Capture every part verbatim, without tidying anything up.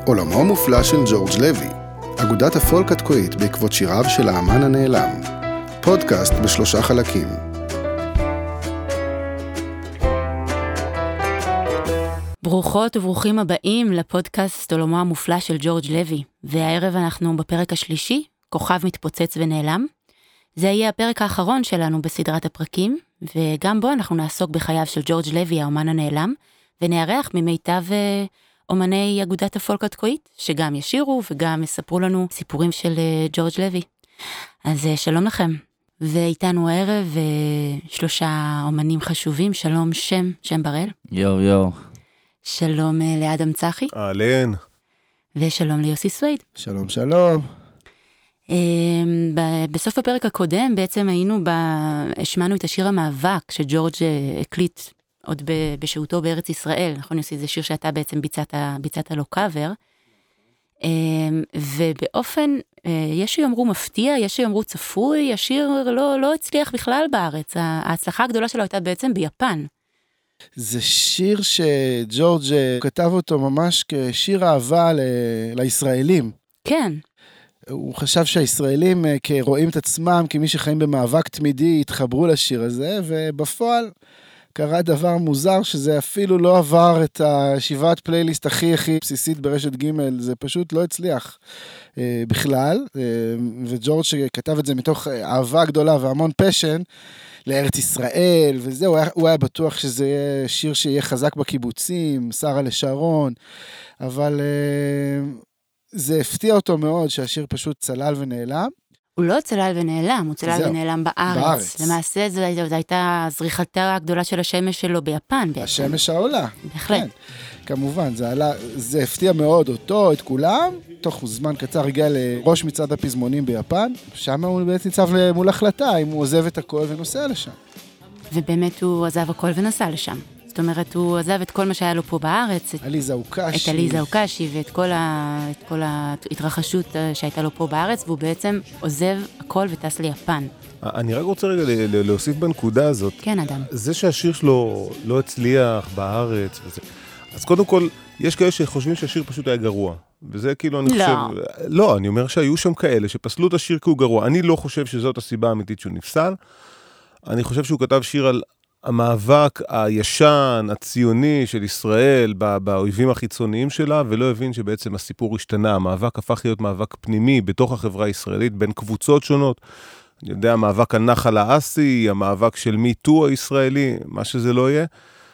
עולמו המופלא של ג'ורג' לוי, אגודת הפולק התקועית בעקבות שיריו של האמן הנעלם. פודקאסט בשלושה חלקים. ברוכות וברוכים הבאים לפודקאסט עולמו המופלא של ג'ורג' לוי, והערב אנחנו בפרק השלישי, כוכב מתפוצץ ונעלם. זה יהיה הפרק האחרון שלנו בסדרת הפרקים, וגם בו אנחנו נעסוק בחייו של ג'ורג' לוי, האומן הנעלם, ונארח ממיטב אומני אגודת הפולק התקועית, שגם ישירו וגם יספרו לנו סיפורים של ג'ורג' לוי. אז שלום לכם. ואיתנו הערב שלושה אומנים חשובים, שלום שם, שם בראל. יו יו. שלום לאדם צחי. אהלן. ושלום ליוסי סוויד. שלום שלום. בסוף הפרק הקודם בעצם היינו, השמענו את השיר המאבק שג'ורג' הקליט עוד בשהותו בארץ ישראל, נכון יוסי, זה שיר שאתה בעצם ביצעת, ביצעת לו קאבר, ובאופן, יש שיאמרו מפתיע, יש שיאמרו צפוי, השיר לא, לא הצליח בכלל בארץ, ההצלחה הגדולה שלו הייתה בעצם ביפן. זה שיר שג'ורג' כתב אותו ממש כשיר אהבה ל... לישראלים. כן. הוא חשב שהישראלים כרואים את עצמם כמי שחיים במאבק תמידי התחברו לשיר הזה, ובפועל קרה דבר מוזר שזה אפילו לא עבר את השבעת פלייליסט הכי הכי בסיסית ברשת ג', זה פשוט לא הצליח אה, בכלל, אה, וג'ורג' שכתב את זה מתוך אהבה גדולה והמון פשן לארץ ישראל, וזהו, הוא היה, הוא היה בטוח שזה יהיה שיר שיהיה חזק בקיבוצים, שרה לשרון, אבל אה, זה הפתיע אותו מאוד שהשיר פשוט צלל ונעלם. הוא לא צלל ונעלם, הוא צלל זהו, ונעלם בארץ. בארץ. למעשה זו, זו הייתה זריחתה הגדולה של השמש שלו ביפן בעצם. השמש העולה. בהחלט. כן, כמובן, זה, עלה, זה הפתיע מאוד אותו, את כולם. תוך זמן קצר הגיע לראש מצעד הפזמונים ביפן. שם הוא בעצם ניצב מול החלטה, אם הוא עוזב את הכל ונוסע לשם. ובאמת הוא עזב הכל ונסע לשם. זאת אומרת, הוא עזב את כל מה שהיה לו פה בארץ. עליזה אוקשי. את עליזה אוקשי ואת כל, ה... את כל ההתרחשות שהייתה לו פה בארץ, והוא בעצם עוזב הכל וטס ליפן. אני רק רוצה רגע להוסיף בנקודה הזאת. כן, אדם. זה שהשיר שלו לא הצליח בארץ וזה. אז קודם כל, יש כאלה שחושבים שהשיר פשוט היה גרוע. וזה כאילו אני חושב... לא. לא, אני אומר שהיו שם כאלה שפסלו את השיר כי הוא גרוע. אני לא חושב שזאת הסיבה האמיתית שהוא נפסל. אני חושב שהוא כתב שיר על המאבק הישן, הציוני של ישראל באויבים החיצוניים שלה, ולא הבין שבעצם הסיפור השתנה. המאבק הפך להיות מאבק פנימי בתוך החברה הישראלית, בין קבוצות שונות. אני יודע, המאבק הנחל האסי, המאבק של מיטו הישראלי, מה שזה לא יהיה.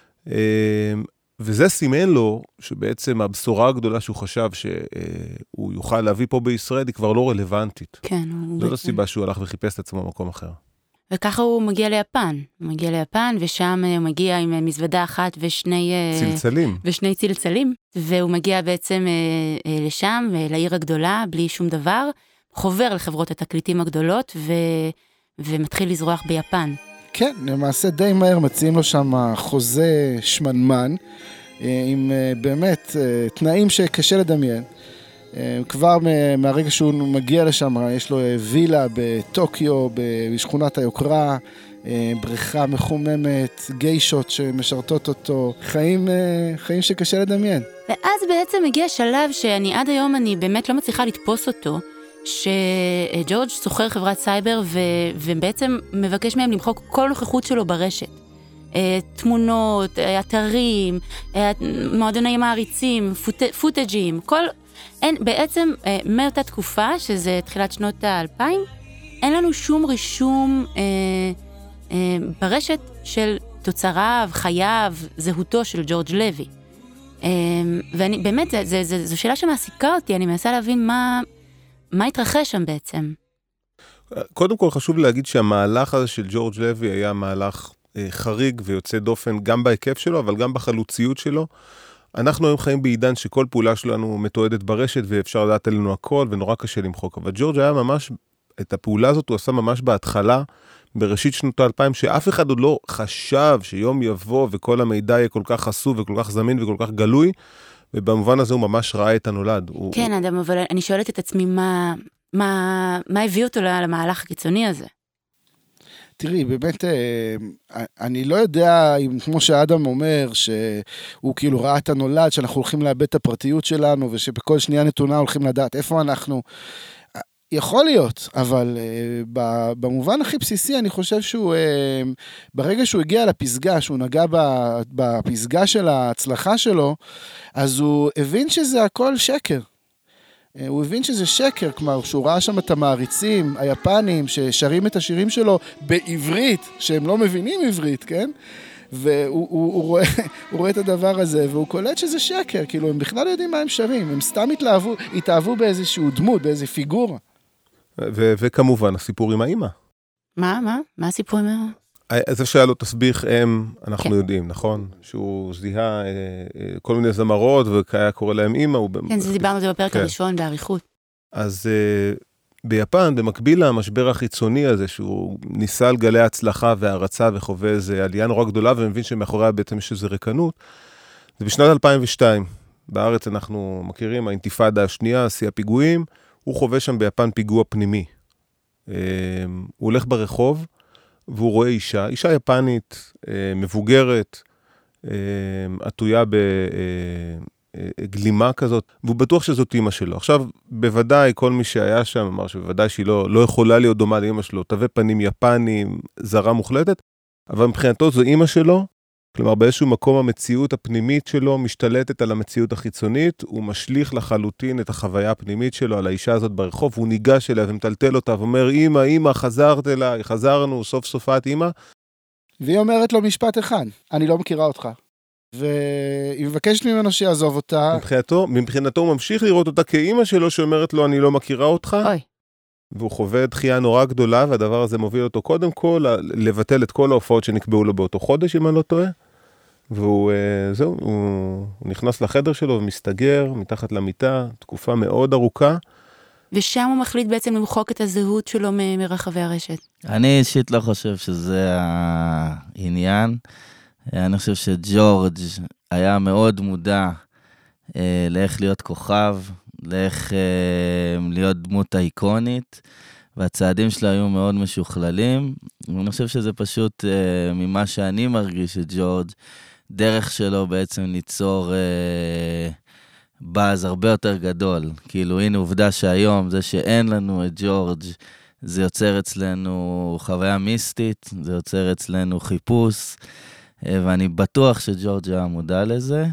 וזה סימן לו שבעצם הבשורה הגדולה שהוא חשב שהוא יוכל להביא פה בישראל, היא כבר לא רלוונטית. כן. זאת הסיבה שהוא הלך וחיפש את עצמו במקום אחר. וככה הוא מגיע ליפן, הוא מגיע ליפן, ושם הוא מגיע עם מזוודה אחת ושני צלצלים, ושני צלצלים, והוא מגיע בעצם לשם, לעיר הגדולה, בלי שום דבר, חובר לחברות התקליטים הגדולות, ו... ומתחיל לזרוח ביפן. כן, למעשה די מהר מציעים לו שם חוזה שמנמן, עם באמת תנאים שקשה לדמיין. כבר מהרגע שהוא מגיע לשם, יש לו וילה בטוקיו, בשכונת היוקרה, בריכה מחוממת, גיישות שמשרתות אותו, חיים, חיים שקשה לדמיין. ואז בעצם הגיע שלב שאני עד היום אני באמת לא מצליחה לתפוס אותו, שג'ורג' סוחר חברת סייבר ו... ובעצם מבקש מהם למחוק כל נוכחות שלו ברשת. תמונות, אתרים, מועדוני מעריצים, פוט... פוטג'ים, כל... אין, בעצם, מאותה תקופה, שזה תחילת שנות האלפיים, אין לנו שום רישום אה, אה, ברשת של תוצריו, חייו, זהותו של ג'ורג' לוי. אה, ואני, באמת, זה, זה, זה, זו שאלה שמעסיקה אותי, אני מנסה להבין מה, מה התרחש שם בעצם. קודם כל חשוב להגיד שהמהלך הזה של ג'ורג' לוי היה מהלך אה, חריג ויוצא דופן גם בהיקף שלו, אבל גם בחלוציות שלו. אנחנו היום חיים בעידן שכל פעולה שלנו מתועדת ברשת ואפשר לדעת עלינו הכל ונורא קשה למחוק. אבל ג'ורג' היה ממש, את הפעולה הזאת הוא עשה ממש בהתחלה, בראשית שנות האלפיים, שאף אחד עוד לא חשב שיום יבוא וכל המידע יהיה כל כך חשוף וכל כך זמין וכל כך גלוי, ובמובן הזה הוא ממש ראה את הנולד. כן, אדם, אבל אני שואלת את עצמי מה, מה, מה הביא אותו למהלך הקיצוני הזה? תראי, באמת, אני לא יודע אם כמו שאדם אומר, שהוא כאילו ראה את הנולד, שאנחנו הולכים לאבד את הפרטיות שלנו, ושבכל שנייה נתונה הולכים לדעת איפה אנחנו. יכול להיות, אבל uh, במובן הכי בסיסי, אני חושב שהוא, uh, ברגע שהוא הגיע לפסגה, שהוא נגע בפסגה של ההצלחה שלו, אז הוא הבין שזה הכל שקר. Uh, הוא הבין שזה שקר, כלומר, שהוא ראה שם את המעריצים, היפנים, ששרים את השירים שלו בעברית, שהם לא מבינים עברית, כן? והוא הוא, הוא רואה, הוא רואה את הדבר הזה, והוא קולט שזה שקר, כאילו, הם בכלל לא יודעים מה הם שרים, הם סתם התלהבו, התאהבו באיזשהו דמות, באיזו פיגורה. ו- וכמובן, הסיפור עם האמא. מה? מה? מה הסיפור עם האמא? זה שהיה לו תסביך אם, אנחנו כן. יודעים, נכון? שהוא זיהה כל מיני זמרות, והיה קורא להם אמא. כן, זה דיברנו על זה בפרק כן. הראשון, בעריכות. אז ביפן, במקביל למשבר החיצוני הזה, שהוא ניסה על גלי ההצלחה וההרצה, וחווה איזו עלייה נורא גדולה, ומבין שמאחוריה בעצם יש איזו ריקנות, זה בשנת אלפיים ושתיים. בארץ אנחנו מכירים, האינתיפאדה השנייה, שיא הפיגועים, הוא חווה שם ביפן פיגוע פנימי. הוא הולך ברחוב, והוא רואה אישה, אישה יפנית, מבוגרת, עטויה בגלימה כזאת, והוא בטוח שזאת אמא שלו. עכשיו, בוודאי, כל מי שהיה שם אמר שבוודאי שהיא לא, לא יכולה להיות דומה לאמא שלו, תווי פנים יפנים, זרה מוחלטת, אבל מבחינתו זו אמא שלו, כלומר, באיזשהו מקום המציאות הפנימית שלו משתלטת על המציאות החיצונית, הוא משליך לחלוטין את החוויה הפנימית שלו על האישה הזאת ברחוב, הוא ניגש אליה ומטלטל אותה ואומר, אמא, אמא, חזרת אליי, חזרנו, סוף סופת אמא. והיא אומרת לו משפט אחד, אני לא מכירה אותך. והיא מבקשת ממנו שיעזוב אותה. מבחינתו, מבחינתו הוא ממשיך לראות אותה כאמא שלו שאומרת לו, אני לא מכירה אותך. אוי. והוא חווה דחייה נורא גדולה, והדבר הזה מוביל אותו קודם כל, לבטל את כל ההופעות שנקבעו לו באותו חודש, אם אני לא טועה. והוא, זהו, הוא, הוא נכנס לחדר שלו ומסתגר מתחת למיטה, תקופה מאוד ארוכה. ושם הוא מחליט בעצם למחוק את הזהות שלו מ- מרחבי הרשת. אני אישית לא חושב שזה העניין. אני חושב שג'ורג' היה מאוד מודע אה, לאיך להיות כוכב, לאיך אה, להיות דמות אייקונית, והצעדים שלו היו מאוד משוכללים. אני חושב שזה פשוט אה, ממה שאני מרגיש את ג'ורג', דרך שלו בעצם ליצור אה, באז הרבה יותר גדול. כאילו, הנה עובדה שהיום, זה שאין לנו את ג'ורג', זה יוצר אצלנו חוויה מיסטית, זה יוצר אצלנו חיפוש, אה, ואני בטוח שג'ורג' היה מודע לזה,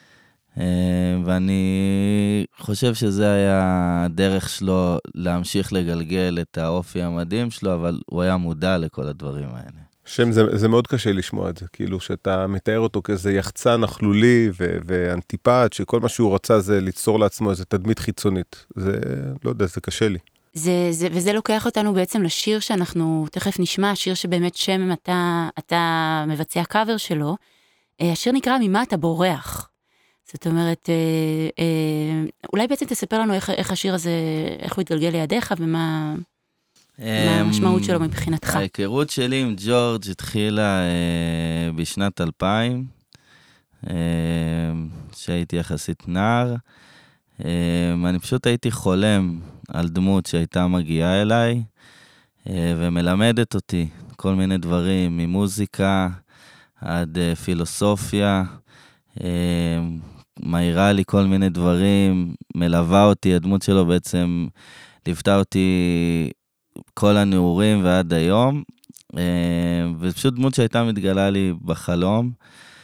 ואני חושב שזה היה הדרך שלו להמשיך לגלגל את האופי המדהים שלו, אבל הוא היה מודע לכל הדברים האלה. שם, זה, זה מאוד קשה לשמוע את זה, כאילו שאתה מתאר אותו כאיזה יחצן נכלולי ו- ואנטיפט, שכל מה שהוא רצה זה ליצור לעצמו איזה תדמית חיצונית. זה, לא יודע, זה קשה לי. זה, זה, וזה לוקח אותנו בעצם לשיר שאנחנו תכף נשמע, שיר שבאמת שם אתה, אתה מבצע קאבר שלו. השיר נקרא ממה אתה בורח. זאת אומרת, אה, אה, אולי בעצם תספר לנו איך, איך השיר הזה, איך הוא התגלגל לידיך, ומה מה המשמעות שלו מבחינתך. ההיכרות שלי עם ג'ורג' התחילה אה, בשנת אלפיים, אה, שהייתי יחסית נער. אה, אני פשוט הייתי חולם על דמות שהייתה מגיעה אליי, אה, ומלמדת אותי כל מיני דברים, ממוזיקה עד אה, פילוסופיה, אה, מהירה לי כל מיני דברים, מלווה אותי, הדמות שלו בעצם ליוותה אותי כל הנעורים ועד היום, ופשוט דמות שהייתה מתגלה לי בחלום,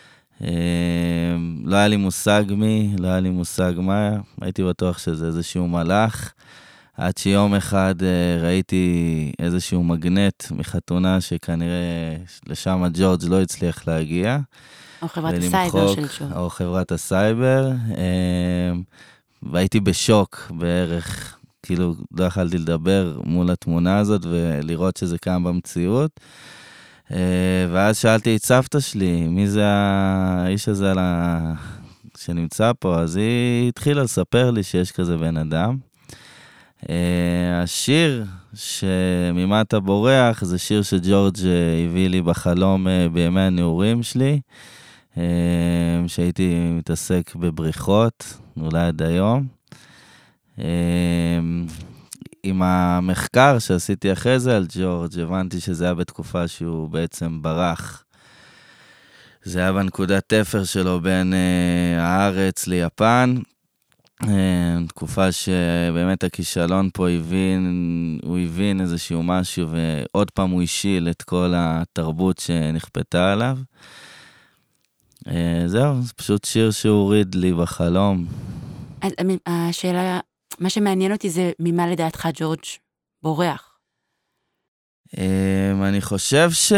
לא היה לי מושג מי, לא היה לי מושג מה, הייתי בטוח שזה איזשהו מלאך, עד שיום אחד ראיתי איזשהו מגנט מחתונה שכנראה לשם ג'ורג' לא הצליח להגיע, או חברת הסייבר של ג'ורג'. או חברת הסייבר, והייתי בשוק בערך, כאילו לא יכלתי לדבר מול התמונה הזאת ולראות שזה קיים במציאות. ואז שאלתי את סבתא שלי, מי זה האיש הזה על ה... שנמצא פה? אז היא התחילה לספר לי שיש כזה בן אדם. השיר שממה אתה בורח, זה שיר שג'ורג' הביא לי בחלום בימי הנעורים שלי, שהייתי מתעסק בבריחות, אולי עד היום. עם המחקר שעשיתי אחרי זה על ג'ורג', הבנתי שזה היה בתקופה שהוא בעצם ברח. זה היה בנקודת תפר שלו בין uh, הארץ ליפן, uh, תקופה שבאמת הכישלון פה הבין, הוא הבין איזשהו משהו, ועוד פעם הוא השיל את כל התרבות שנכפתה עליו. Uh, זהו, זה פשוט שיר שהוריד לי בחלום. אז השאלה, מה שמעניין אותי זה ממה לדעתך ג'ורג' בורח? Uh, אני חושב ש...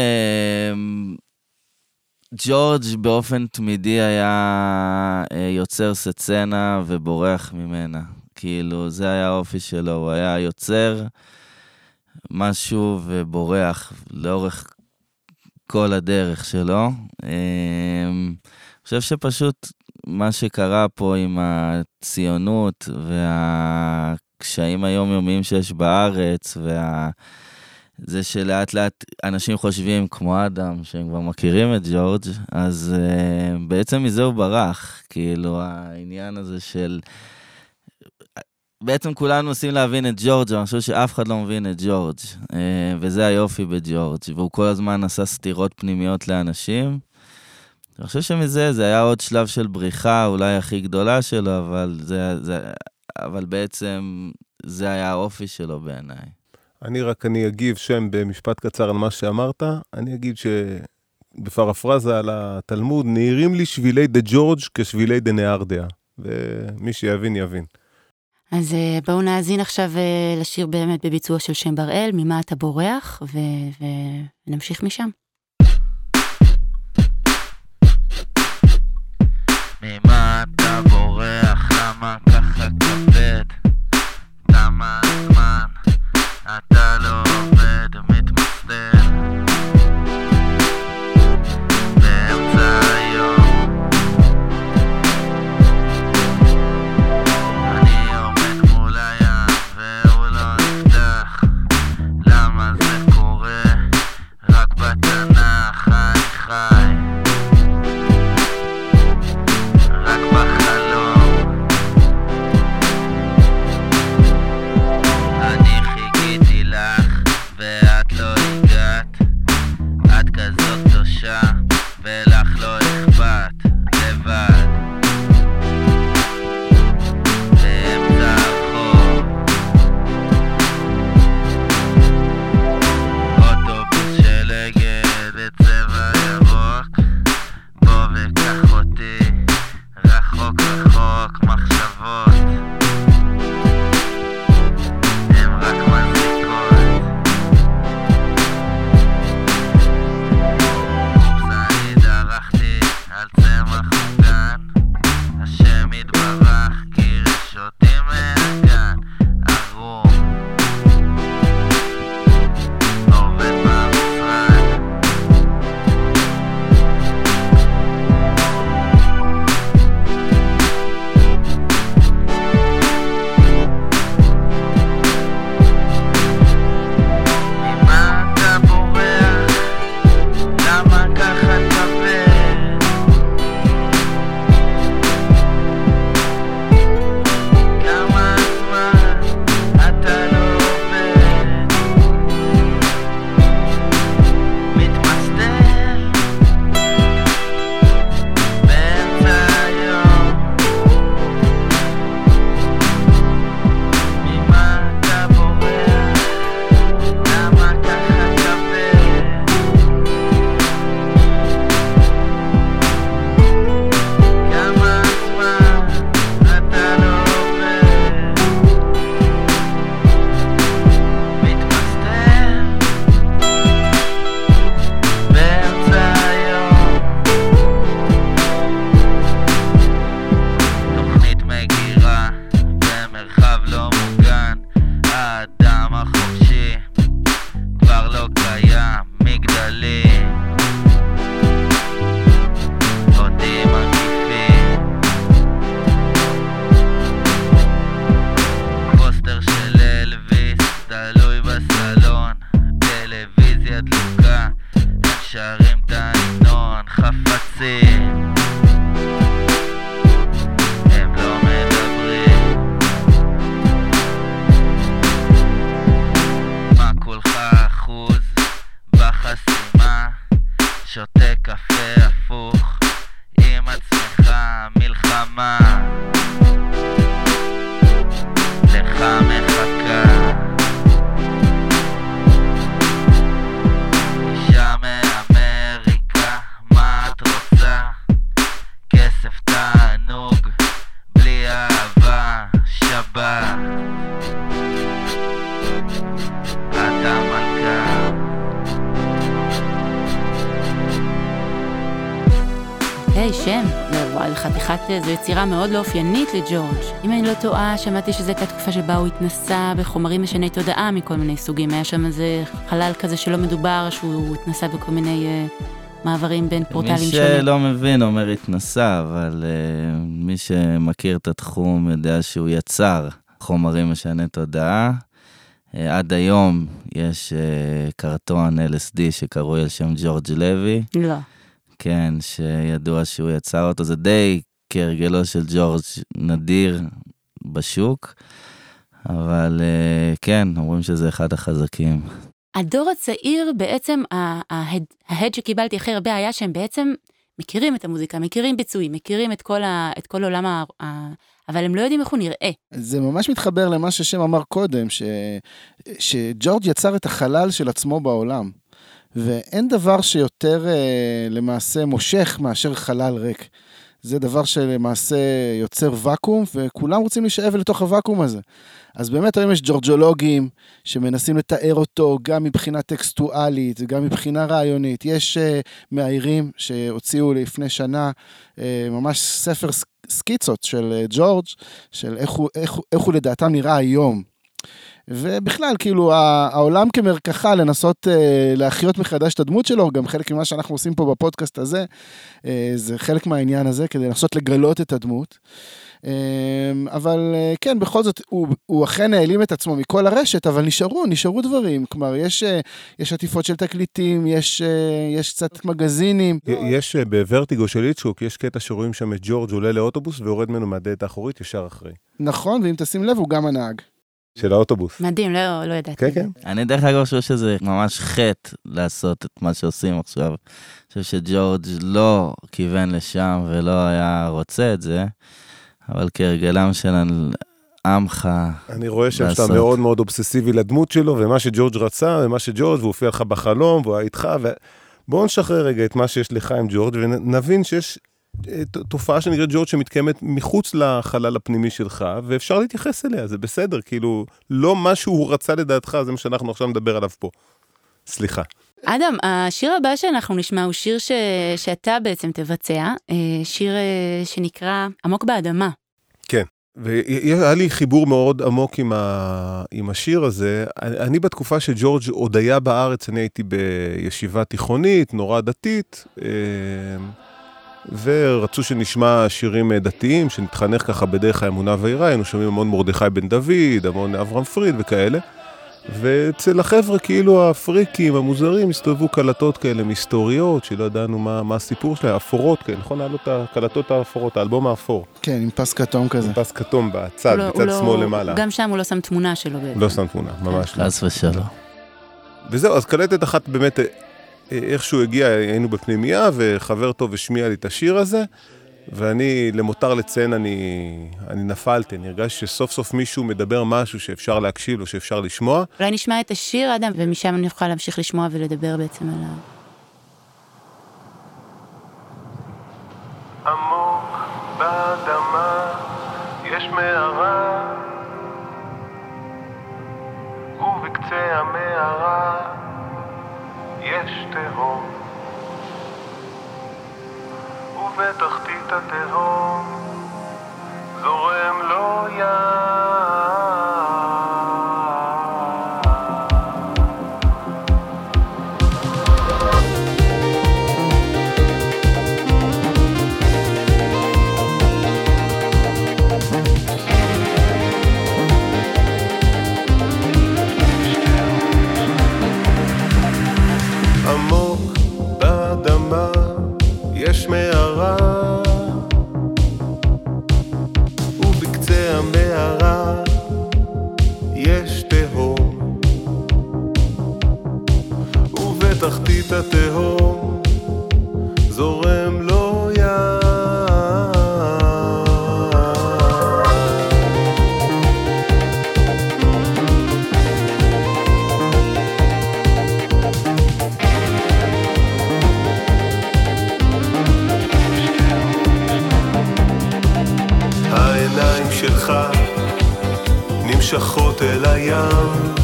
ג'ורג' באופן תמידי היה יוצר סצנה ובורח ממנה. כאילו, זה היה האופי שלו, הוא היה יוצר משהו ובורח לאורך כל הדרך שלו. אני חושב שפשוט מה שקרה פה עם הציונות והקשיים היומיומיים שיש בארץ וה... זה שלאט לאט אנשים חושבים כמו אדם, שהם כבר מכירים את ג'ורג', אז uh, בעצם מזה הוא ברח, כאילו העניין הזה של... בעצם כולנו עושים להבין את ג'ורג', אבל אני חושב שאף אחד לא מבין את ג'ורג', uh, וזה היופי בג'ורג', והוא כל הזמן עשה סתירות פנימיות לאנשים. אני חושב שמזה זה היה עוד שלב של בריחה, אולי הכי גדולה שלו, אבל, זה, זה, אבל בעצם זה היה האופי שלו בעיניי. אני רק, אני אגיב שם במשפט קצר על מה שאמרת, אני אגיד שבפרפרזה על התלמוד, נהירים לי שבילי דה ג'ורג' כשבילי דה נהרדיה, ומי שיבין יבין. אז בואו נאזין עכשיו לשיר באמת בביצוע של שם בראל, ממה אתה בורח, ו- ונמשיך משם. ממה אתה בורח, למה ככה כבד, כמה זמן אתה לא עובד ומתמסדר באמצע היום. אני עומד מול הים והוא לא נפתח, למה זה קורה רק בטח אחת, זו יצירה מאוד לא אופיינית לג'ורג'. אם אני לא טועה, שמעתי שזו הייתה תקופה שבה הוא התנסה בחומרים משני תודעה מכל מיני סוגים. היה שם איזה חלל כזה שלא מדובר, שהוא התנסה בכל מיני uh, מעברים בין פורטלים שונים. מי שלא מבין אומר התנסה, אבל uh, מי שמכיר את התחום יודע שהוא יצר חומרים משני תודעה. Uh, עד היום יש uh, קרטון אל אס די שקרוי על שם ג'ורג' לוי. לא. כן, שידוע שהוא יצר אותו, זה די כהרגלו של ג'ורג' נדיר בשוק, אבל כן, אומרים שזה אחד החזקים. הדור הצעיר בעצם, ההד שקיבלתי הכי הרבה היה שהם בעצם מכירים את המוזיקה, מכירים ביצועים, מכירים את כל, ה, את כל עולם, ה, אבל הם לא יודעים איך הוא נראה. זה ממש מתחבר למה ששם אמר קודם, ש, שג'ורג' יצר את החלל של עצמו בעולם. ואין דבר שיותר למעשה מושך מאשר חלל ריק. זה דבר שלמעשה יוצר וקום, וכולם רוצים להישאב לתוך הוואקום הזה. אז באמת היום יש ג'ורג'ולוגים שמנסים לתאר אותו גם מבחינה טקסטואלית, גם מבחינה רעיונית. יש מאיירים שהוציאו לפני שנה ממש ספר סקיצות של ג'ורג', של איך הוא, איך, איך הוא לדעתם נראה היום. ובכלל, כאילו, העולם כמרקחה לנסות אה, להחיות מחדש את הדמות שלו, גם חלק ממה שאנחנו עושים פה בפודקאסט הזה, אה, זה חלק מהעניין הזה, כדי לנסות לגלות את הדמות. אה, אבל אה, כן, בכל זאת, הוא, הוא אכן העלים את עצמו מכל הרשת, אבל נשארו, נשארו דברים. כלומר, יש, אה, יש עטיפות של תקליטים, יש, אה, יש קצת מגזינים. יש אה, בוורטיגו של איצ'קוק, יש קטע שרואים שם את ג'ורג' עולה לאוטובוס, ויורד ממנו מהדלת האחורית ישר אחרי. נכון, ואם תשים לב, הוא גם הנהג. של האוטובוס. מדהים, לא, לא ידעתי. כן, כן. אני דרך אגב חושב שזה ממש חטא לעשות את מה שעושים עכשיו. אני חושב שג'ורג' לא כיוון לשם ולא היה רוצה את זה, אבל כהרגלם של עמך אני רואה שאתה מאוד מאוד אובססיבי לדמות שלו, ומה שג'ורג' רצה, ומה שג'ורג' והוא הופיע לך בחלום, והוא היה איתך, ובואו נשחרר רגע את מה שיש לך עם ג'ורג' ונבין שיש תופעה שנראית ג'ורג' שמתקיימת מחוץ לחלל הפנימי שלך, ואפשר להתייחס אליה, זה בסדר, כאילו, לא מה שהוא רצה לדעתך, זה מה שאנחנו עכשיו נדבר עליו פה. סליחה. אדם, השיר הבא שאנחנו נשמע הוא שיר ש... שאתה בעצם תבצע, שיר שנקרא עמוק באדמה. כן, והיה לי חיבור מאוד עמוק עם, ה... עם השיר הזה. אני בתקופה שג'ורג' עוד היה בארץ, אני הייתי בישיבה תיכונית, נורא דתית, ורצו שנשמע שירים דתיים, שנתחנך ככה בדרך האמונה והיראה, היינו שומעים המון מרדכי בן דוד, המון אברהם פריד וכאלה, ואצל החבר'ה כאילו הפריקים, המוזרים, הסתובבו קלטות כאלה מסתוריות, שלא ידענו מה, מה הסיפור שלהם, אפורות, כן, נכון? היה לו את הקלטות האפורות, האלבום האפור. כן, עם פס כתום כזה. עם פס כתום בצד, לא, בצד לא, שמאל למעלה. גם שם הוא לא שם תמונה שלו. בעצם. לא שם תמונה, ממש לא. חס ושלום. וזהו, אז קלטת אחת באמת, איכשהו הגיע, היינו בפנימיה, וחבר טוב השמיע לי את השיר הזה, ואני, למותר לציין, אני, אני נפלתי, אני הרגש שסוף סוף מישהו מדבר משהו שאפשר להקשיב לו, שאפשר לשמוע. אולי נשמע את השיר, אדם, ומשם אני אוכל להמשיך לשמוע ולדבר בעצם עליו. עמוק באדמה יש מערה, ובקצה המערה יש תהום, ובתחתית התהום זורם לו ים. עמוק באדמה יש מערה, ובקצה המערה יש תהום, ובתחתית התהום זורם לו ים. העיניים שלך נמשכות אל הים,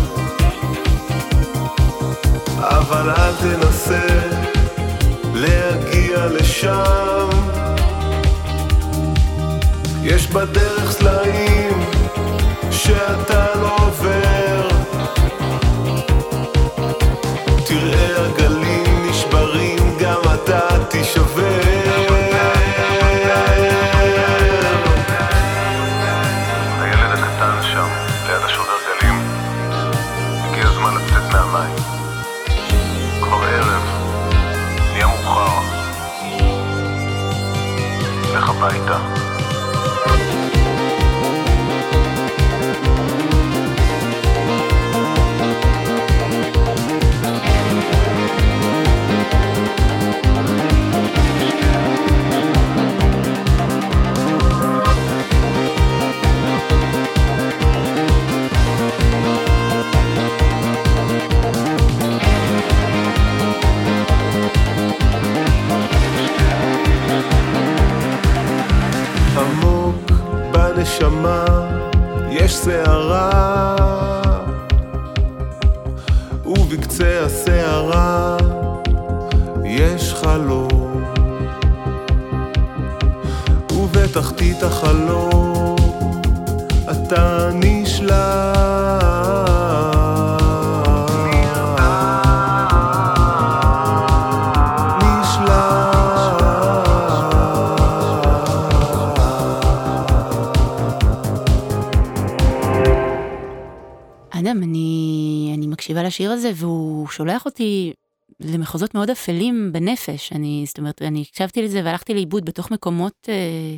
אבל אל תנסה להגיע לשם, יש בדרך סלעים שאתה לא עובר, תראה הגלים נשברים, גם אתה תישבר. הילד הקטן שם, ליד השובר גלים, הגיע הזמן לצאת מהמים. כבר ערב, נהיה מאוחר. לך הביתה. עמוק בנשמה יש שערה, ובקצה השערה יש חלום, ובתחתית החלום אתה נשלח. אדם, אני, אני מקשיבה לשיר הזה, והוא שולח אותי למחוזות מאוד אפלים בנפש. אני, זאת אומרת, אני הקשבתי לזה והלכתי לאיבוד בתוך מקומות אה,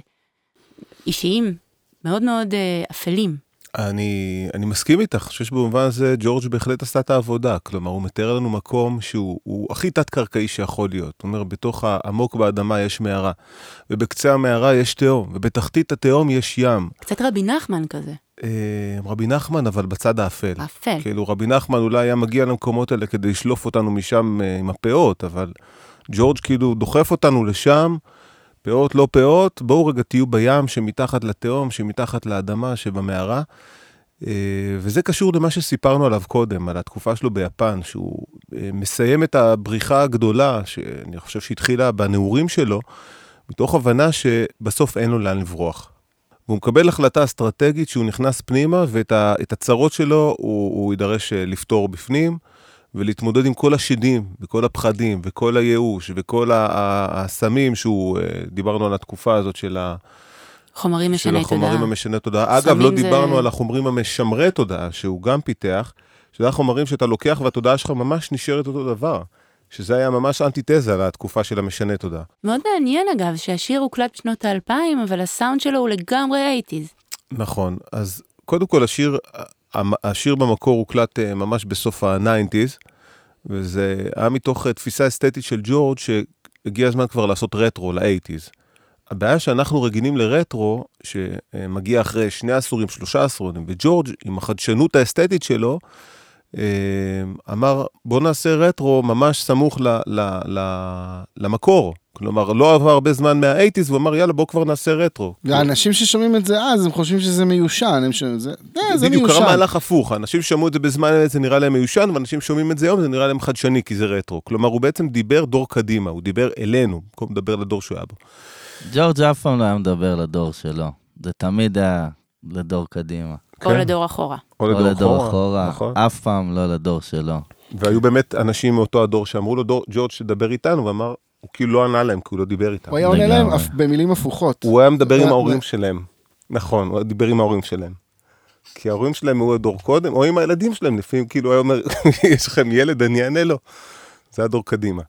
אישיים, מאוד מאוד אה, אפלים. אני, אני מסכים איתך, שיש במובן הזה ג'ורג' בהחלט עשתה את העבודה, כלומר הוא מתאר לנו מקום שהוא הוא הכי תת-קרקעי שיכול להיות, הוא אומר בתוך העמוק באדמה יש מערה, ובקצה המערה יש תהום, ובתחתית התהום יש ים. קצת רבי נחמן כזה. רבי נחמן, אבל בצד האפל. האפל. כאילו רבי נחמן אולי היה מגיע למקומות האלה כדי לשלוף אותנו משם עם הפאות, אבל ג'ורג' כאילו דוחף אותנו לשם, פאות לא פאות, בואו רגע תהיו בים שמתחת לתהום, שמתחת לאדמה, שבמערה, וזה קשור למה שסיפרנו עליו קודם, על התקופה שלו ביפן, שהוא מסיים את הבריחה הגדולה, שאני חושב שהתחילה בנעורים שלו, מתוך הבנה שבסוף אין לו לאן לברוח. והוא מקבל החלטה אסטרטגית שהוא נכנס פנימה, ואת הצרות שלו הוא, הוא יידרש לפתור בפנים, ולהתמודד עם כל השדים, וכל הפחדים, וכל הייאוש, וכל הסמים שהוא, דיברנו על התקופה הזאת של ה... חומרים משני תודעה. של החומרים המשני תודעה. אגב, לא דיברנו על החומרים המשמרי תודעה, שהוא גם פיתח, שזה החומרים שאתה לוקח, והתודעה שלך ממש נשארת אותו דבר. שזה היה ממש אנטיתזה לתקופה של המשנה תודעה. מאוד מעניין אגב, שהשיר הוקלט בשנות האלפיים, אבל הסאונד שלו הוא לגמרי אייטיז. נכון, אז קודם כל השיר, השיר במקור הוקלט ממש בסוף ה-תשעים, וזה היה מתוך תפיסה אסתטית של ג'ורג' שהגיע הזמן כבר לעשות רטרו, ל-שמונים. הבעיה שאנחנו רגילים לרטרו, שמגיע אחרי שני עשורים, שלושה עשורים, וג'ורג' עם החדשנות האסתטית שלו, אמר, בוא נעשה רטרו ממש סמוך ל, ל, ל, למקור. כלומר, לא עבר הרבה זמן מה-שמונים, הוא אמר, יאללה, בוא כבר נעשה רטרו. והאנשים ששומעים את זה אז, הם חושבים שזה מיושן. הם שומעים, זה, זה בדיוק, מיושן. קרה מהלך הפוך. האנשים ששמעו את זה בזמן, זה נראה להם מיושן, ואנשים שומעים את זה היום, זה נראה להם חדשני, כי זה רטרו. כלומר, הוא בעצם דיבר דור קדימה, הוא דיבר אלינו, במקום לדבר לדור שהוא היה בו. ג'ורג' אף פעם לא היה מדבר לדור שלו. זה תמיד היה לדור קדימה. או לדור אחורה. או או לדור אחורה, נכון. אף פעם לא לדור שלו. והיו באמת אנשים מאותו הדור שאמרו לו, ג'ורג' שדבר איתנו, ואמר, הוא כאילו לא ענה להם, כי הוא לא דיבר איתם. הוא היה עונה להם במילים הפוכות. הוא היה מדבר עם ההורים שלהם. נכון, הוא דיבר עם ההורים שלהם. כי ההורים שלהם היו הדור קודם, או עם הילדים שלהם, לפעמים כאילו היה אומר, יש לכם ילד, אני אענה לו. זה הדור קדימה.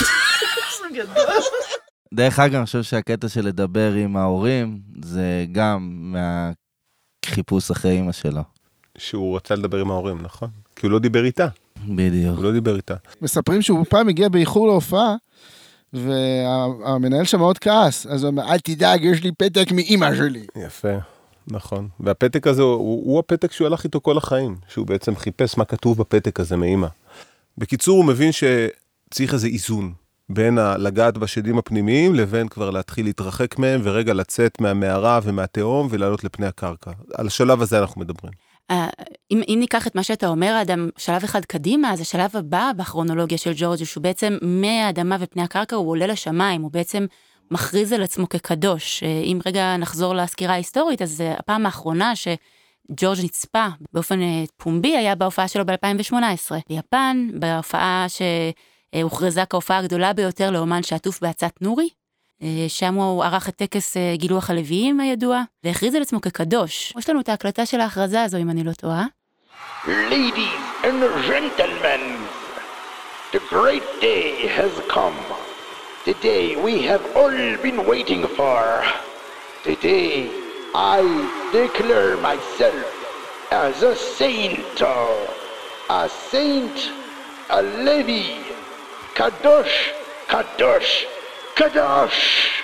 דרך אגב, אני חושב שהקטע של לדבר עם ההורים, זה גם מהחיפוש אחרי אמא שלו. שהוא רצה לדבר עם ההורים, נכון? כי הוא לא דיבר איתה. בדיוק. הוא לא דיבר איתה. מספרים שהוא פעם הגיע באיחור להופעה, והמנהל שם מאוד כעס, אז הוא אומר, אל תדאג, יש לי פתק מאמא שלי. יפה, נכון. והפתק הזה, הוא, הוא הפתק שהוא הלך איתו כל החיים, שהוא בעצם חיפש מה כתוב בפתק הזה מאמא. בקיצור, הוא מבין שצריך איזה איזון, בין לגעת בשדים הפנימיים, לבין כבר להתחיל להתרחק מהם, ורגע לצאת מהמערה ומהתהום, ולעלות לפני הקרקע. על השלב הזה אנחנו מדברים. אם, אם ניקח את מה שאתה אומר, אדם, שלב אחד קדימה, אז השלב הבא בכרונולוגיה של ג'ורג' שהוא בעצם מהאדמה ופני הקרקע, הוא עולה לשמיים, הוא בעצם מכריז על עצמו כקדוש. אם רגע נחזור לסקירה ההיסטורית, אז הפעם האחרונה שג'ורג' נצפה באופן פומבי היה בהופעה שלו ב-אלפיים שמונה עשרה. ביפן, בהופעה שהוכרזה כהופעה הגדולה ביותר לאומן שעטוף בעצת נורי, שם הוא ערך את טקס גילוח הלוויים הידוע, והכריז על עצמו כקדוש. יש לנו את ההקלטה של ההכרזה הזו, אם אני לא טועה. Ladies and gentlemen, the great day has come. The day we have all been waiting for. The day I declare myself as a saint. A saint, a Levi. Kadosh, Kadosh, Kadosh.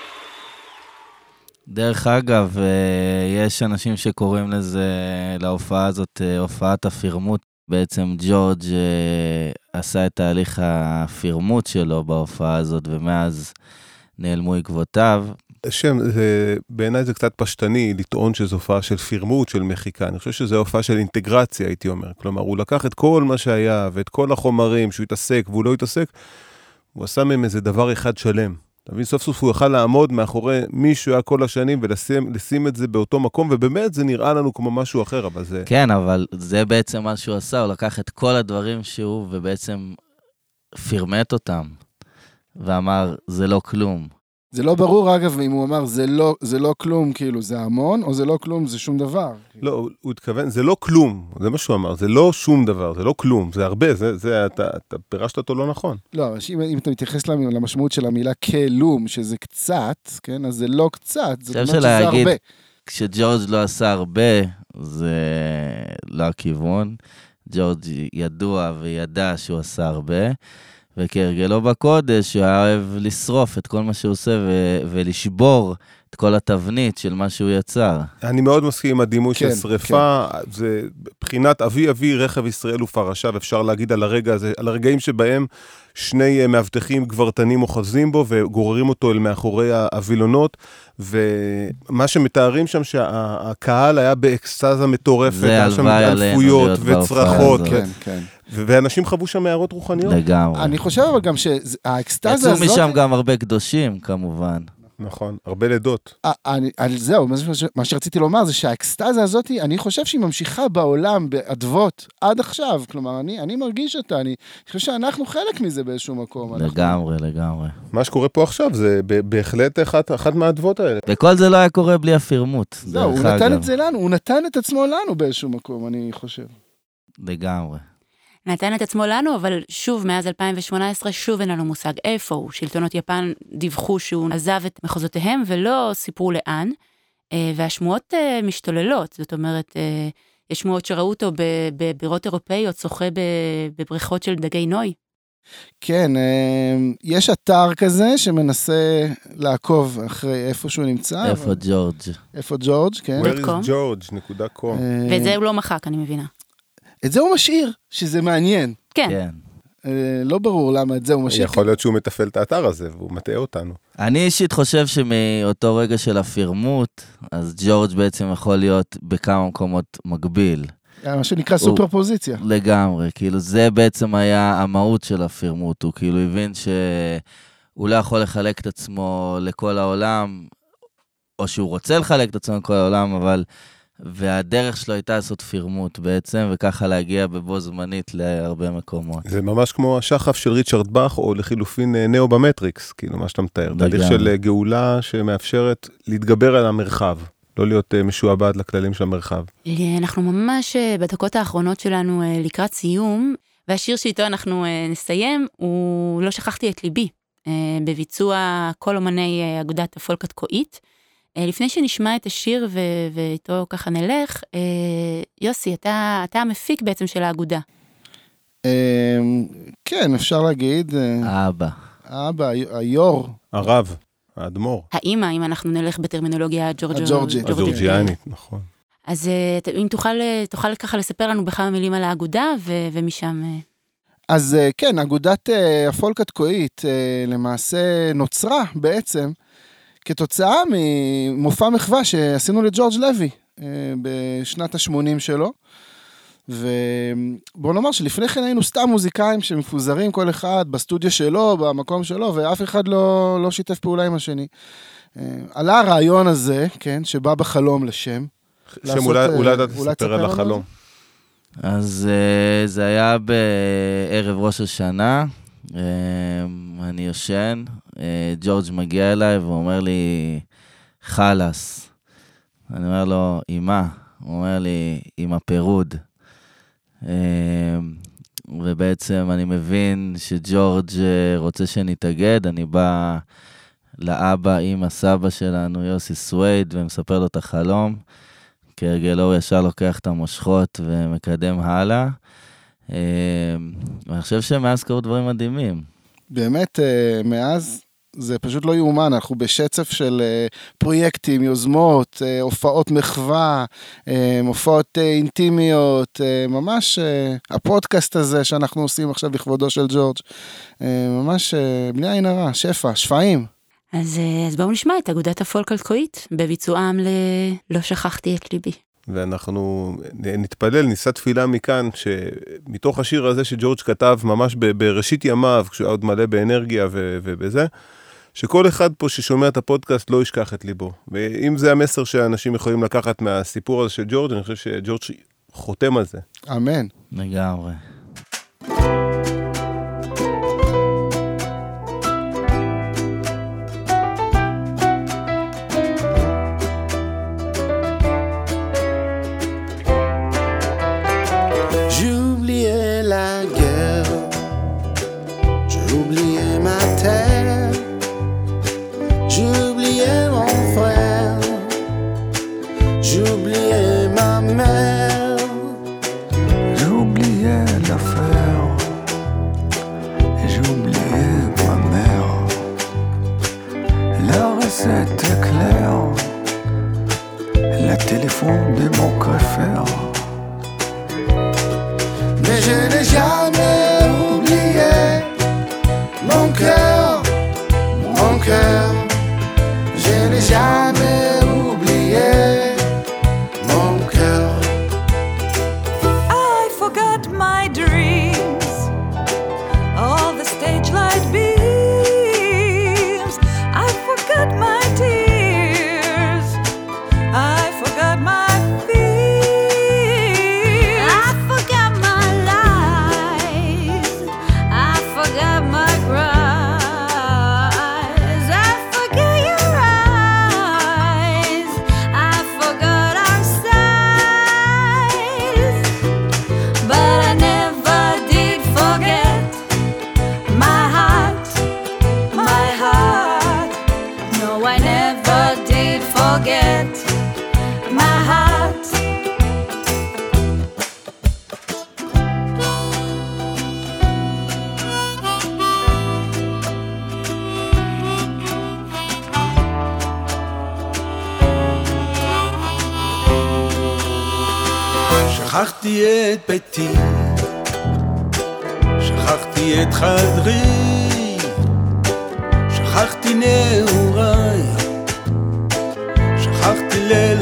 דרך אגב, יש אנשים שקוראים לזה, להופעה הזאת, הופעת הפירמות. בעצם ג'ורג' עשה את תהליך הפירמות שלו בהופעה הזאת, ומאז נעלמו עקבותיו. שם, בעיניי זה קצת פשטני לטעון שזו הופעה של פירמות, של מחיקה. אני חושב שזו הופעה של אינטגרציה, הייתי אומר. כלומר, הוא לקח את כל מה שהיה, ואת כל החומרים שהוא התעסק, והוא לא התעסק, הוא עשה מהם איזה דבר אחד שלם. תבין, סוף סוף הוא יוכל לעמוד מאחורי מישהו היה כל השנים, ולשים את זה באותו מקום, ובאמת זה נראה לנו כמו משהו אחר, אבל זה... כן, אבל זה בעצם מה שהוא עשה, הוא לקח את כל הדברים שהוא, ובעצם פירמט אותם, ואמר, זה לא כלום. זה לא ברור, אגב, אם הוא אמר, זה לא, זה לא כלום, כאילו, זה המון, או זה לא כלום, זה שום דבר. לא, הוא התכוון, זה לא כלום, זה מה שהוא אמר, זה לא שום דבר, זה לא כלום, זה הרבה, זה, זה, אתה, אתה פירשת אותו לא נכון. לא, אם, אם אתה מתייחס למשמעות של המילה כלום, שזה קצת, כן, אז זה לא קצת, זה אומר שזה הרבה. כשג'ורג' לא עשה הרבה, זה לא הכיוון. ג'ורג' ידוע וידע שהוא עשה הרבה, וכהרגלו בקודש, הוא היה אוהב לשרוף את כל מה שהוא עושה, ו- ולשבור את כל התבנית של מה שהוא יצר. אני מאוד מסכים עם הדימוי כן, של שריפה, כן. זה בחינת אבי אבי רכב ישראל ופרשה, ואפשר להגיד על הרגע הזה, על הרגעים שבהם שני מאבטחים גברתנים אוחזים בו, וגוררים אותו אל מאחורי הווילונות, ומה שמתארים שם שהקהל היה באקסטזה מטורפת, היה שם אלפויות וצרחות, כן, כן. ואנשים חוו שם מערות רוחניות. לגמרי. אני חושב אבל גם שהאקסטזה הזאת... יצאו משם גם הרבה קדושים, כמובן. נכון, הרבה לידות. על זהו, מה שרציתי לומר זה שהאקסטזה הזאת, אני חושב שהיא ממשיכה בעולם, באדוות, עד עכשיו. כלומר, אני, אני מרגיש אותה, אני חושב שאנחנו חלק מזה באיזשהו מקום. לגמרי, לגמרי. מה שקורה פה עכשיו זה בהחלט אחת, אחת מהאדוות האלה. וכל זה לא היה קורה בלי הפירמות. זהו, הוא נתן את זה לנו, הוא נתן את עצמו לנו באיזשהו מקום, אני חושב. לגמרי. נתן את עצמו לנו, אבל שוב, מאז אלפיים שמונה עשרה, שוב אין לנו מושג איפה הוא. שלטונות יפן דיווחו שהוא עזב את מחוזותיהם, ולא סיפרו לאן, והשמועות משתוללות. זאת אומרת, יש שמועות שראו אותו בבירות אירופאיות, שוחה בבריכות של דגי נוי. כן, יש אתר כזה שמנסה לעקוב אחרי איפה שהוא נמצא. איפה ג'ורג'. איפה ג'ורג', כן. Where is George, נקודה קום. ואת זה הוא לא מחק, אני מבינה. את זה הוא משאיר, שזה מעניין. כן. כן. לא ברור למה את זה הוא משאיר. יכול להיות שהוא מתפעל את האתר הזה, והוא מטעה אותנו. אני אישית חושב שמאותו רגע של הפירמות, אז ג'ורג' בעצם יכול להיות בכמה מקומות מקביל. מה שנקרא סופר פוזיציה. לגמרי, כאילו זה בעצם היה המהות של הפירמות, הוא כאילו הבין שהוא לא יכול לחלק את עצמו לכל העולם, או שהוא רוצה לחלק את עצמו לכל העולם, אבל... והדרך שלו הייתה לעשות פירמות בעצם, וככה להגיע בבו זמנית להרבה מקומות. זה ממש כמו השחף של ריצ'רד באך, או לחילופין נאו במטריקס, כאילו מה שאתה מתאר. תהליך של גאולה שמאפשרת להתגבר על המרחב, לא להיות משועבד לכללים של המרחב. אנחנו ממש בדקות האחרונות שלנו לקראת סיום, והשיר שאיתו אנחנו נסיים, הוא לא שכחתי את ליבי, בביצוע כל אומני אגודת הפולק התקועית. לפני שנשמע את השיר ו- ואיתו ככה נלך, יוסי, אתה, אתה המפיק בעצם של האגודה. כן, אפשר להגיד. האבא. האבא, היור. הרב, האדמו"ר. האמא, אם אנחנו נלך בטרמינולוגיה הג'ורג'ית. הג'ורג'יאנית, נכון. אז אם תוכל, תוכל ככה לספר לנו בכמה מילים על האגודה ו- ומשם... אז כן, אגודת הפולק התקועית למעשה נוצרה בעצם, כתוצאה ממופע מחווה שעשינו לג'ורג' לוי בשנת ה-שמונים שלו, ובוא נאמר שלפני כן היינו סתם מוזיקאים שמפוזרים כל אחד בסטודיו שלו, במקום שלו, ואף אחד לא, לא שיתף פעולה עם השני. עלה הרעיון הזה, כן, שבא בחלום לשם. שם אולי, אולי אתה תספר על החלום. אז uh, זה היה בערב ראש השנה, uh, אני יושן, uh, ג'ורג' מגיע אליי ואומר לי, חלס. אני אומר לו, עם מה? הוא אומר לי, עם הפירוד. Uh, ובעצם אני מבין שג'ורג' רוצה שנתאגד, אני בא לאבא, אמא, סבא שלנו, יוסי סווייד, ומספר לו את החלום. כהרגלו הוא ישר לוקח את המושכות ומקדם הלאה. ואני חושב שמאז קרו דברים מדהימים. באמת, מאז זה פשוט לא יאומן, אנחנו בשצף של פרויקטים, יוזמות, הופעות מחווה, הופעות אינטימיות, ממש הפודקאסט הזה שאנחנו עושים עכשיו לכבודו של ג'ורג', ממש בלי עין הרע, שפע, שפעים. אז, אז בואו נשמע את אגודת הפולק אלקואית, בביצועם ל"לא שכחתי את ליבי". ואנחנו נתפלל, נישא תפילה מכאן, שמתוך השיר הזה שג'ורג' כתב ממש בראשית ימיו, כשהוא עוד מלא באנרגיה ו- ובזה, שכל אחד פה ששומע את הפודקאסט לא ישכח את ליבו. ואם זה המסר שאנשים יכולים לקחת מהסיפור הזה של ג'ורג', אני חושב שג'ורג' חותם על זה. אמן. לגמרי. C'était clair, le téléphone de mon préfère. Mais je n'ai jamais oublié mon cœur, mon cœur. Je n'ai jamais oublié mon cœur. I forgot my dreams, all the stage light beams. I forgot my tears, I forgot my fears. I forgot my lies, I forgot my cries. I forget your eyes, I forgot our sighs. But I never did forget my heart, my heart. No, I never did forget my heart. שכחתי את ביתי, שכחתי את חדרי, שכחתי נעוריי, שכחתי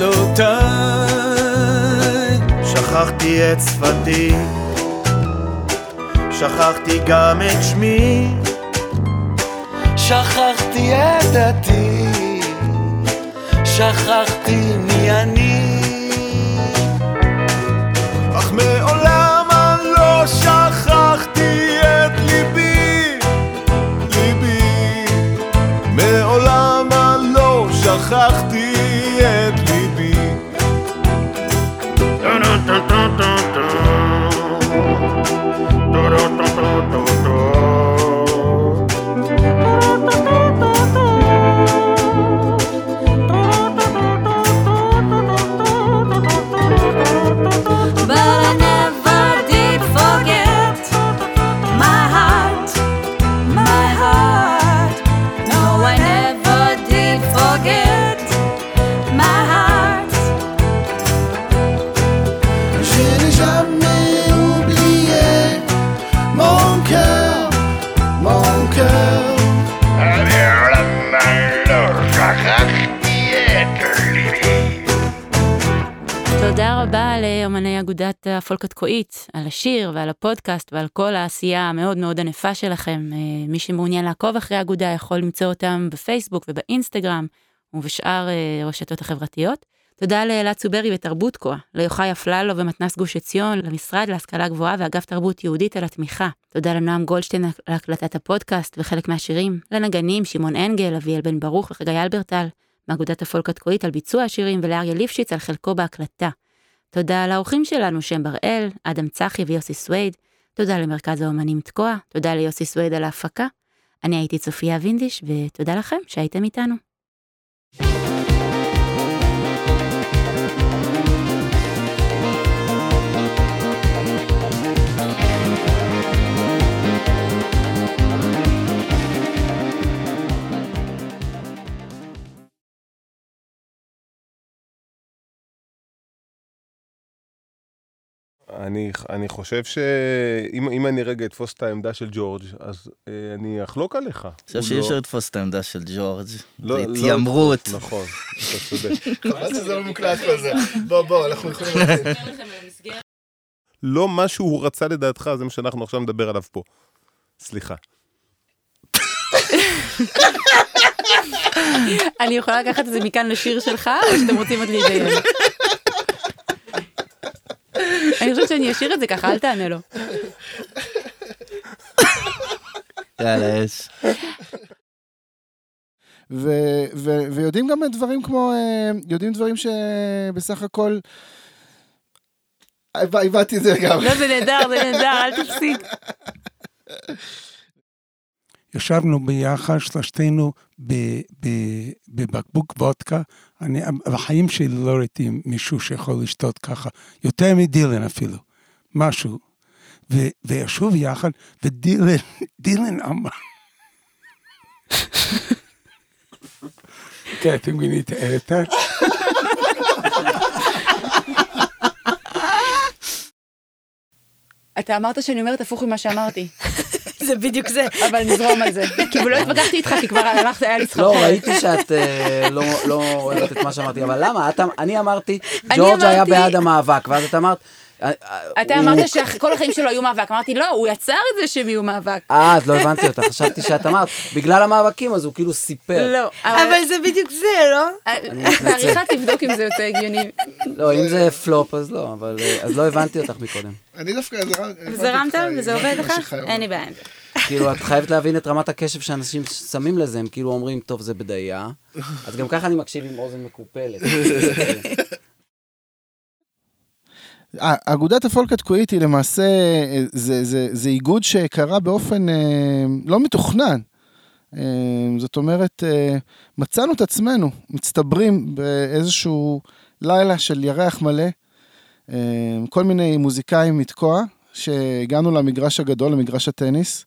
לילותיי, שכחתי את שפתי, שכחתי גם את שמי, שכחתי את דתי, שכחתי מי אני. אך מעולם אני לא שכחתי את ליבי, ליבי. מעולם אני לא שכחתי את ליבי. But I never did forget my heart, my heart. No, I never did forget my heart. Je n'ai jamais oublié mon cœur. תודה רבה לאמני אגודת הפולק התקועית, על השיר ועל הפודקאסט ועל כל העשייה המאוד מאוד ענפה שלכם. מי שמעוניין לעקוב אחרי האגודה יכול למצוא אותם בפייסבוק ובאינסטגרם ובשאר רשתות החברתיות. תודה לאלעד צוברי ותרבות כה, ליוחאי אפללו ומתנ"ס גוש עציון, למשרד להשכלה גבוהה ואגף תרבות יהודית על התמיכה. תודה לנועם גולדשטיין על הקלטת הפודקאסט וחלק מהשירים, לנגנים שמעון אנגל, אביאל בן ברוך וחגי אלברטל, מאגודת הפולק התקועית על ביצוע השירים ולאריה ליפשיץ על חלקו בהקלטה. תודה לאורחים שלנו שם בראל, אדם צחי ויוסי סוויד, תודה למרכז האומנים תקוע, תודה ליוסי סוויד על ההפקה. אני הייתי צופיה וינדיש ותודה לכם שהייתם איתנו. אני, אני חושב שאם אם אני רגע אתפוס את העמדה של ג'ורג', אז אה, אני אחלוק עליך. אני חושב שאי אפשר לתפוס את העמדה של ג'ורג'. לא, זה לא, התיימרות. נכון, אתה צודק. חבל שזה לא מוקלט כזה. בוא, בוא, אנחנו יכולים להתחיל. לא מה שהוא רצה לדעתך, זה מה שאנחנו עכשיו נדבר עליו פה. סליחה. אני יכולה לקחת את זה מכאן לשיר שלך, או שאתם רוצים עוד להתדיין? אני חושבת שאני אשאיר את זה ככה, אל תענה לו. יאללה, יש. ויודעים גם דברים כמו, יודעים דברים שבסך הכל, הבאתי את זה גם. לא, זה נהדר, זה נהדר, אל תפסיק. ישבנו ביחד, שלושתנו בבקבוק וודקה. אני, בחיים שלי לא ראיתי מישהו שיכול לשתות ככה, יותר מדילן אפילו, משהו. ו, וישוב יחד, ודילן, דילן אמר. Okay, I think we need to edit that. אתה אמרת שאני אומרת הפוך ממה שאמרתי. זה בדיוק זה. אבל נזרום על זה. כי לא התווכחתי איתך, כי כבר הלכת, היה לי צחק. לא, ראיתי שאת לא אוהבת את מה שאמרתי, אבל למה? אני אמרתי, ג'ורג' היה בעד המאבק, ואז את אמרת... אתה אמרת שכל החיים שלו היו מאבק, אמרתי, לא, הוא יצר את זה שהם יהיו מאבק. אה, אז לא הבנתי אותה, חשבתי שאת אמרת, בגלל המאבקים, אז הוא כאילו סיפר. לא. אבל זה בדיוק זה, לא? תעריכה תבדוק אם זה יותר הגיוני. לא, אם זה פלופ, אז לא, אבל אז לא הבנתי אותך מקודם. אני דווקא... זרמת וזה עובד לך? אין לי בעיה. כאילו, את חייבת להבין את רמת הקשב שאנשים שמים לזה, הם כאילו אומרים, טוב, זה בדיה, אז גם ככה אני מקשיב עם אוזן מקופלת. אגודת הפולק התקועית היא למעשה, זה, זה, זה איגוד שקרה באופן אה, לא מתוכנן. אה, זאת אומרת, אה, מצאנו את עצמנו, מצטברים באיזשהו לילה של ירח מלא, אה, כל מיני מוזיקאים מתקוע, שהגענו למגרש הגדול, למגרש הטניס,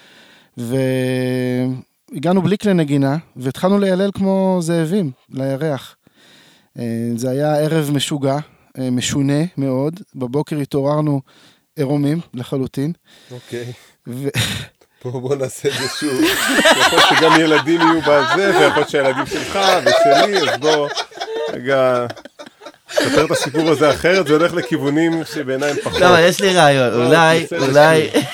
והגענו בלי כלי נגינה, והתחלנו לילל כמו זאבים, לירח. אה, זה היה ערב משוגע, משונה מאוד, בבוקר התעוררנו עירומים לחלוטין. אוקיי. בוא נעשה את זה שוב. יכול שגם ילדים יהיו בזה, ויכול שהילדים שלך ושלי, אז בוא, רגע, ספר את הסיפור הזה אחרת, זה הולך לכיוונים שבעיניים פחות. לא, יש לי רעיון, אולי, אולי...